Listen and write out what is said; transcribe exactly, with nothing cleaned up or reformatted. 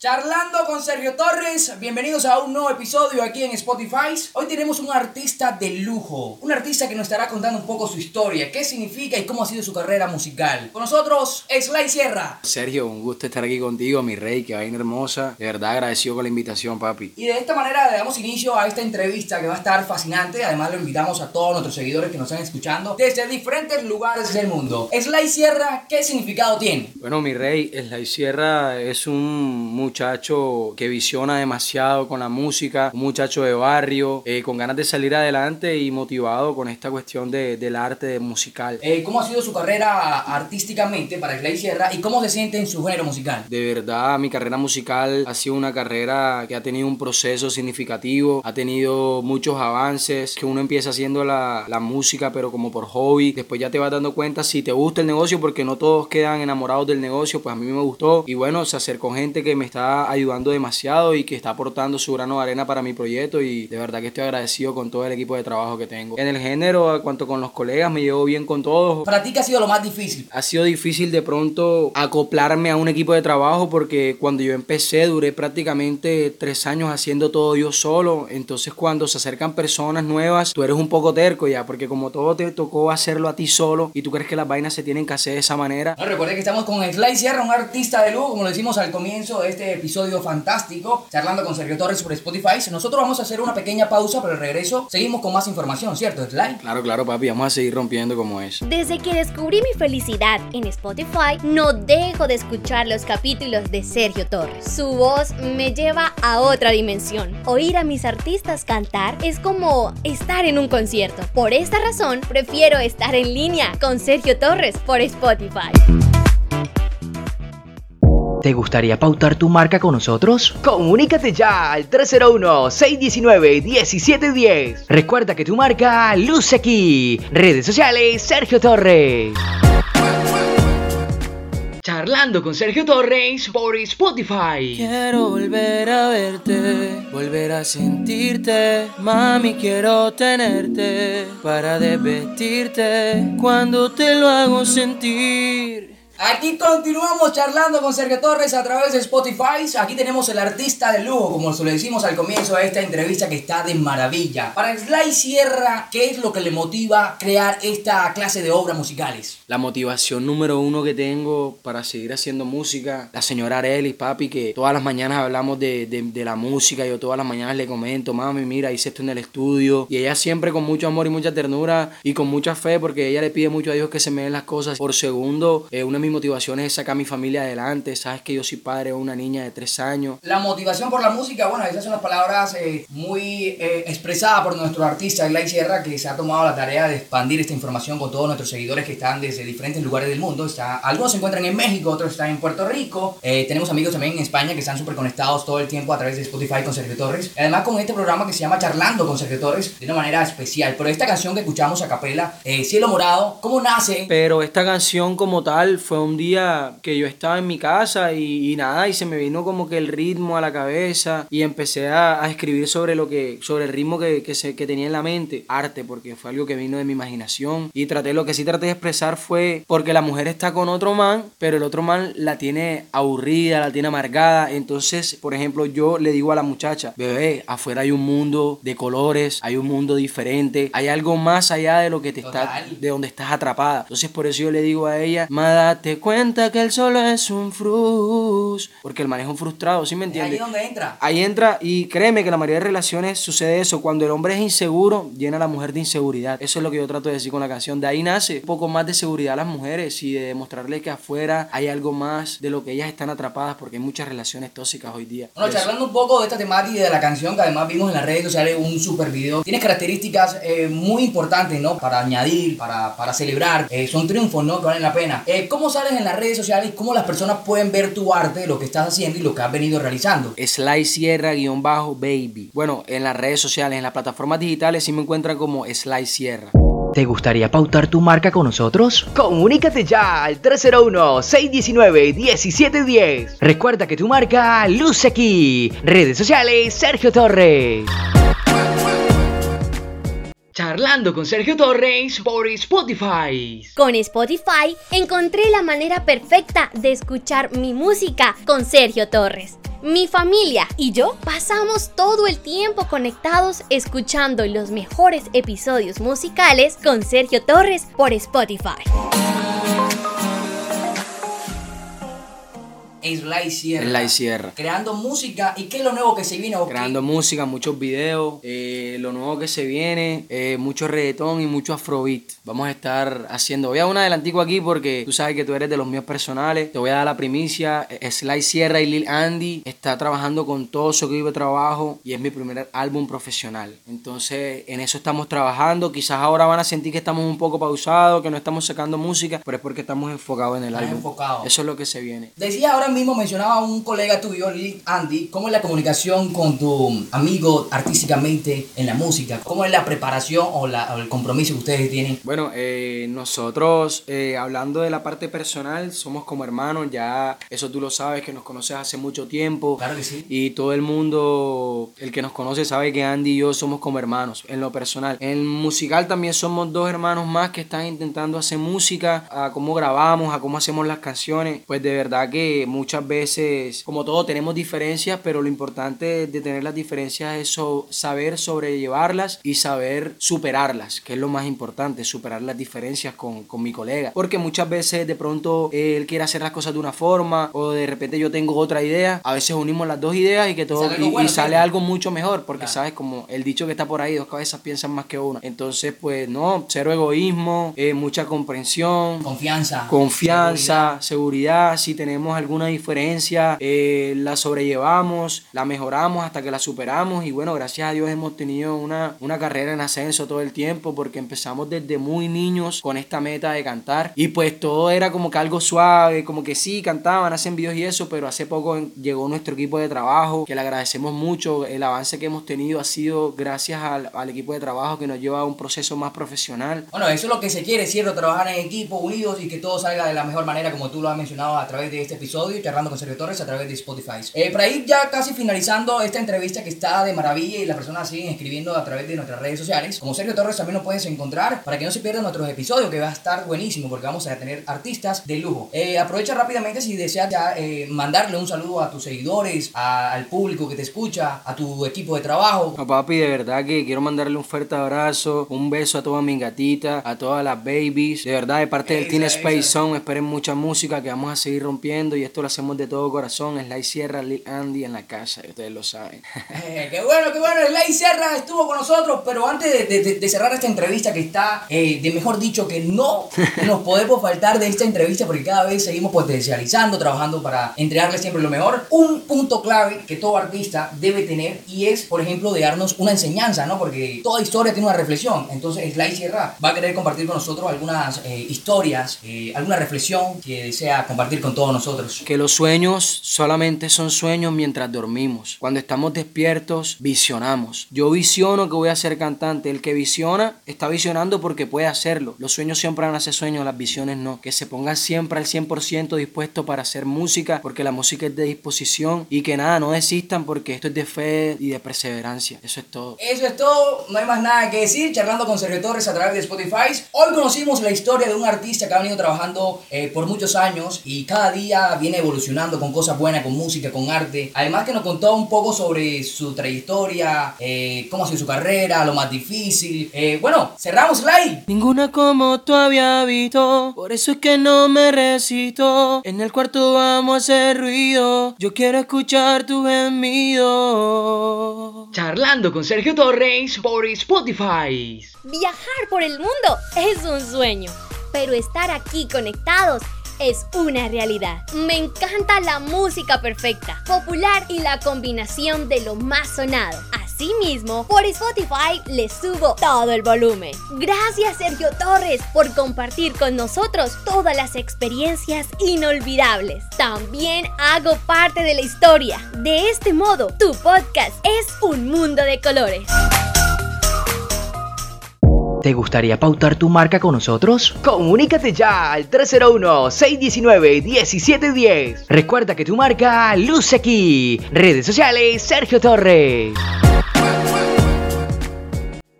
Charlando con Sergio Torres, bienvenidos a un nuevo episodio aquí en Spotify. Hoy tenemos un artista de lujo, un artista que nos estará contando un poco su historia, qué significa y cómo ha sido su carrera musical. Con nosotros, Sly Sierra. Sergio, un gusto estar aquí contigo, mi rey, que vaina hermosa. De verdad agradecido con la invitación, papi. Y de esta manera le damos inicio a esta entrevista que va a estar fascinante. Además lo invitamos a todos nuestros seguidores que nos están escuchando desde diferentes lugares del mundo. Sly Sierra, ¿qué significado tiene? Bueno, mi rey, Sly Sierra es un muchacho que visiona demasiado con la música, un muchacho de barrio, eh, con ganas de salir adelante y motivado con esta cuestión de, del arte musical. Eh, ¿Cómo ha sido su carrera artísticamente para Sly Sierra y cómo se siente en su género musical? De verdad, mi carrera musical ha sido una carrera que ha tenido un proceso significativo, ha tenido muchos avances, que uno empieza haciendo la, la música pero como por hobby, después ya te vas dando cuenta si te gusta el negocio, porque no todos quedan enamorados del negocio. Pues a mí me gustó y bueno, se acercó gente que me está ayudando demasiado y que está aportando su grano de arena para mi proyecto, y de verdad que estoy agradecido con todo el equipo de trabajo que tengo. En el género, a cuanto con los colegas, me llevo bien con todos. ¿Para ti qué ha sido lo más difícil? Ha sido difícil de pronto acoplarme a un equipo de trabajo, porque cuando yo empecé duré prácticamente tres años haciendo todo yo solo. Entonces cuando se acercan personas nuevas, tú eres un poco terco ya, porque como todo te tocó hacerlo a ti solo y tú crees que las vainas se tienen que hacer de esa manera. No, recuerden que estamos con Sly Sierra, un artista de lujo, como lo decimos al comienzo de este episodio fantástico, charlando con Sergio Torres por Spotify. Nosotros vamos a hacer una pequeña pausa, pero al regreso seguimos con más información, ¿cierto, Sly? Claro, claro, papi, vamos a seguir rompiendo como es. Desde que descubrí mi felicidad en Spotify, no dejo de escuchar los capítulos de Sergio Torres. Su voz me lleva a otra dimensión. Oír a mis artistas cantar es como estar en un concierto. Por esta razón, prefiero estar en línea con Sergio Torres por Spotify. ¿Te gustaría pautar tu marca con nosotros? Comunícate ya al tres cero uno, seis uno nueve, uno siete uno cero. Recuerda que tu marca luce aquí. Redes sociales, Sergio Torres. Charlando con Sergio Torres por Spotify. Quiero volver a verte, volver a sentirte. Mami, quiero tenerte para desvestirte cuando te lo hago sentir. Aquí continuamos charlando con Sergio Torres a través de Spotify. Aquí tenemos el artista de lujo, como se lo decimos al comienzo de esta entrevista, que está de maravilla. Para Sly Sierra, ¿qué es lo que le motiva a crear esta clase de obras musicales? La motivación número uno que tengo para seguir haciendo música, la señora Arelis, papi, que todas las mañanas hablamos de, de, de la música. Yo todas las mañanas le comento: mami, mira, hice esto en el estudio. Y ella siempre con mucho amor y mucha ternura y con mucha fe, porque ella le pide mucho a Dios que se me den las cosas. Por segundo, eh, una de mis motivaciones es sacar a mi familia adelante. Sabes que yo soy padre de una niña de tres años. La motivación por la música, bueno, esas son las palabras eh, muy eh, expresadas por nuestro artista Sly Sierra, que se ha tomado la tarea de expandir esta información con todos nuestros seguidores que están desde diferentes lugares del mundo. Está, algunos se encuentran en México, otros están en Puerto Rico. Eh, tenemos amigos también en España que están súper conectados todo el tiempo a través de Spotify con Sergio Torres. Además, con este programa que se llama Charlando con Sergio Torres, de una manera especial. Pero esta canción que escuchamos a capela, eh, Cielo Morado, ¿cómo nace? Pero esta canción como tal fue un día que yo estaba en mi casa y, y nada, y se me vino como que el ritmo a la cabeza y empecé a, a escribir sobre lo que, sobre el ritmo que, que, se, que tenía en la mente. Arte, porque fue algo que vino de mi imaginación, y traté, lo que sí traté de expresar fue porque la mujer está con otro man, pero el otro man la tiene aburrida, la tiene amargada. Entonces, por ejemplo, yo le digo a la muchacha: bebé, afuera hay un mundo de colores, hay un mundo diferente, hay algo más allá de lo que te está, de donde estás atrapada. Entonces por eso yo le digo a ella: ma, date cuenta que él solo es un frus, porque el man es un frustrado, ¿sí me entiendes? Ahí es donde entra. Ahí entra, y créeme que la mayoría de relaciones sucede eso. Cuando el hombre es inseguro, llena a la mujer de inseguridad. Eso es lo que yo trato de decir con la canción. De ahí nace un poco más de seguridad a las mujeres y de demostrarles que afuera hay algo más de lo que ellas están atrapadas, porque hay muchas relaciones tóxicas hoy día. Bueno, charlando un poco de esta temática y de la canción, que además vimos en las redes sociales un super video, tienes características eh, muy importantes, ¿no? Para añadir, para, para celebrar. Eh, son triunfos, ¿no? Que valen la pena. Eh, ¿Cómo sales en las redes sociales? ¿Cómo las personas pueden ver tu arte, lo que estás haciendo y lo que has venido realizando? Sly Sierra guión bajo baby. Bueno, en las redes sociales, en las plataformas digitales, sí me encuentran como Sly Sierra. ¿Te gustaría pautar tu marca con nosotros? Comunícate ya al tres cero uno, seis uno nueve, uno siete uno cero. Recuerda que tu marca luce aquí. Redes sociales, Sergio Torres. Charlando con Sergio Torres por Spotify. Con Spotify encontré la manera perfecta de escuchar mi música con Sergio Torres. Mi familia y yo pasamos todo el tiempo conectados escuchando los mejores episodios musicales con Sergio Torres por Spotify. Sly Sierra. Sly Sierra. Creando música. ¿Y qué es lo nuevo que se viene? Creando ¿Qué? música, muchos videos. Eh, lo nuevo que se viene, eh, mucho reggaetón y mucho afrobeat. Vamos a estar haciendo. Voy a un adelantico aquí porque tú sabes que tú eres de los míos personales. Te voy a dar la primicia. Sly Sierra y Lil Andy está trabajando con todo su equipo de trabajo y es mi primer álbum profesional. Entonces, en eso estamos trabajando. Quizás ahora van a sentir que estamos un poco pausados, que no estamos sacando música, pero es porque estamos enfocados en el Estás álbum. enfocado. Eso es lo que se viene. Decía ahora mismo, mencionaba un colega tuyo, Lil Andy, ¿cómo es la comunicación con tu amigo artísticamente en la música? ¿Cómo es la preparación o, la, o el compromiso que ustedes tienen? Bueno, eh, nosotros, eh, hablando de la parte personal, somos como hermanos, ya eso tú lo sabes, que nos conoces hace mucho tiempo. Claro que sí. Y todo el mundo, el que nos conoce, sabe que Andy y yo somos como hermanos, en lo personal. En el musical también somos dos hermanos más que están intentando hacer música, a cómo grabamos, a cómo hacemos las canciones. Pues de verdad que muchas veces, como todo, tenemos diferencias, pero lo importante de tener las diferencias es so- saber sobrellevarlas y saber superarlas, que es lo más importante, superar las diferencias con, con mi colega. Porque muchas veces de pronto eh, él quiere hacer las cosas de una forma o de repente yo tengo otra idea. A veces unimos las dos ideas y que todo Sale algo y, bueno, y sale sí. algo mucho mejor, porque Claro. sabes, como el dicho que está por ahí, dos cabezas piensan más que una. Entonces, pues no, cero egoísmo, eh, mucha comprensión, Confianza. confianza, seguridad. Si tenemos alguna diferencia, eh, la sobrellevamos, la mejoramos hasta que la superamos. Y bueno, gracias a Dios hemos tenido una, una carrera en ascenso todo el tiempo, porque empezamos desde muy niños con esta meta de cantar. Y pues todo era como que algo suave, como que sí, cantaban, hacen videos y eso, pero hace poco llegó nuestro equipo de trabajo, que le agradecemos mucho. El avance que hemos tenido ha sido gracias al, al equipo de trabajo, que nos lleva a un proceso más profesional. Bueno, eso es lo que se quiere, ¿cierto? Trabajar en equipo, unidos y que todo salga de la mejor manera, como tú lo has mencionado a través de este episodio, charlando con Sergio Torres a través de Spotify. Eh, para ir ya casi finalizando esta entrevista que está de maravilla y las personas siguen escribiendo a través de nuestras redes sociales, como Sergio Torres también nos puedes encontrar para que no se pierdan nuestros episodios, que va a estar buenísimo porque vamos a tener artistas de lujo. Eh, aprovecha rápidamente si deseas ya, eh, mandarle un saludo a tus seguidores, a- al público que te escucha, a tu equipo de trabajo. No, papi, de verdad que quiero mandarle un fuerte abrazo, un beso a todas mis gatitas, a todas las babies. De verdad, de parte del Esa, Teen esa. Space Zone, esperen mucha música que vamos a seguir rompiendo y esto lo hacemos de todo corazón. Sly Sierra, Lil Andy en la casa, y ustedes lo saben. Eh, qué bueno, qué bueno, Sly Sierra estuvo con nosotros, pero antes de, de- de cerrar esta entrevista que está, eh, de mejor dicho, que no nos podemos faltar de esta entrevista porque cada vez seguimos potencializando, trabajando para entregarles siempre lo mejor. Un punto clave que todo artista debe tener y es, por ejemplo, de darnos una enseñanza, ¿no? Porque toda historia tiene una reflexión, entonces Sly Sierra va a querer compartir con nosotros algunas eh, historias, eh, alguna reflexión que desea compartir con todos nosotros. Que los sueños solamente son sueños mientras dormimos. Cuando estamos despiertos, visionamos. Yo visiono que voy a ser cantante. El que visiona, está visionando porque puede hacerlo. Los sueños siempre van a ser sueños, las visiones no. Que se pongan siempre al cien por ciento dispuestos para hacer música, porque la música es de disposición. Y que nada, no desistan porque esto es de fe y de perseverancia. Eso es todo. Eso es todo, no hay más nada que decir. Charlando con Sergio Torres a través de Spotify. Hoy conocimos la historia de un artista que ha venido trabajando eh, por muchos años y cada día viene evolucionando con cosas buenas, con música, con arte. Además que nos contó un poco sobre su trayectoria, eh, cómo ha sido su carrera, lo más difícil. Eh, bueno, cerramos live. Ninguna como tú había visto, por eso es que no me resisto. En el cuarto vamos a hacer ruido, yo quiero escuchar tu gemido. Charlando con Sergio Torres por Spotify. Viajar por el mundo es un sueño, pero estar aquí conectados es una realidad. Me encanta la música perfecta, popular y la combinación de lo más sonado. Asimismo, por Spotify le subo todo el volumen. Gracias Sergio Torres por compartir con nosotros todas las experiencias inolvidables. También hago parte de la historia. De este modo, tu podcast es un mundo de colores. ¿Te gustaría pautar tu marca con nosotros? Comunícate ya al tres cero uno, seis uno nueve, uno siete uno cero. Recuerda que tu marca luce aquí. Redes sociales Sergio Torres.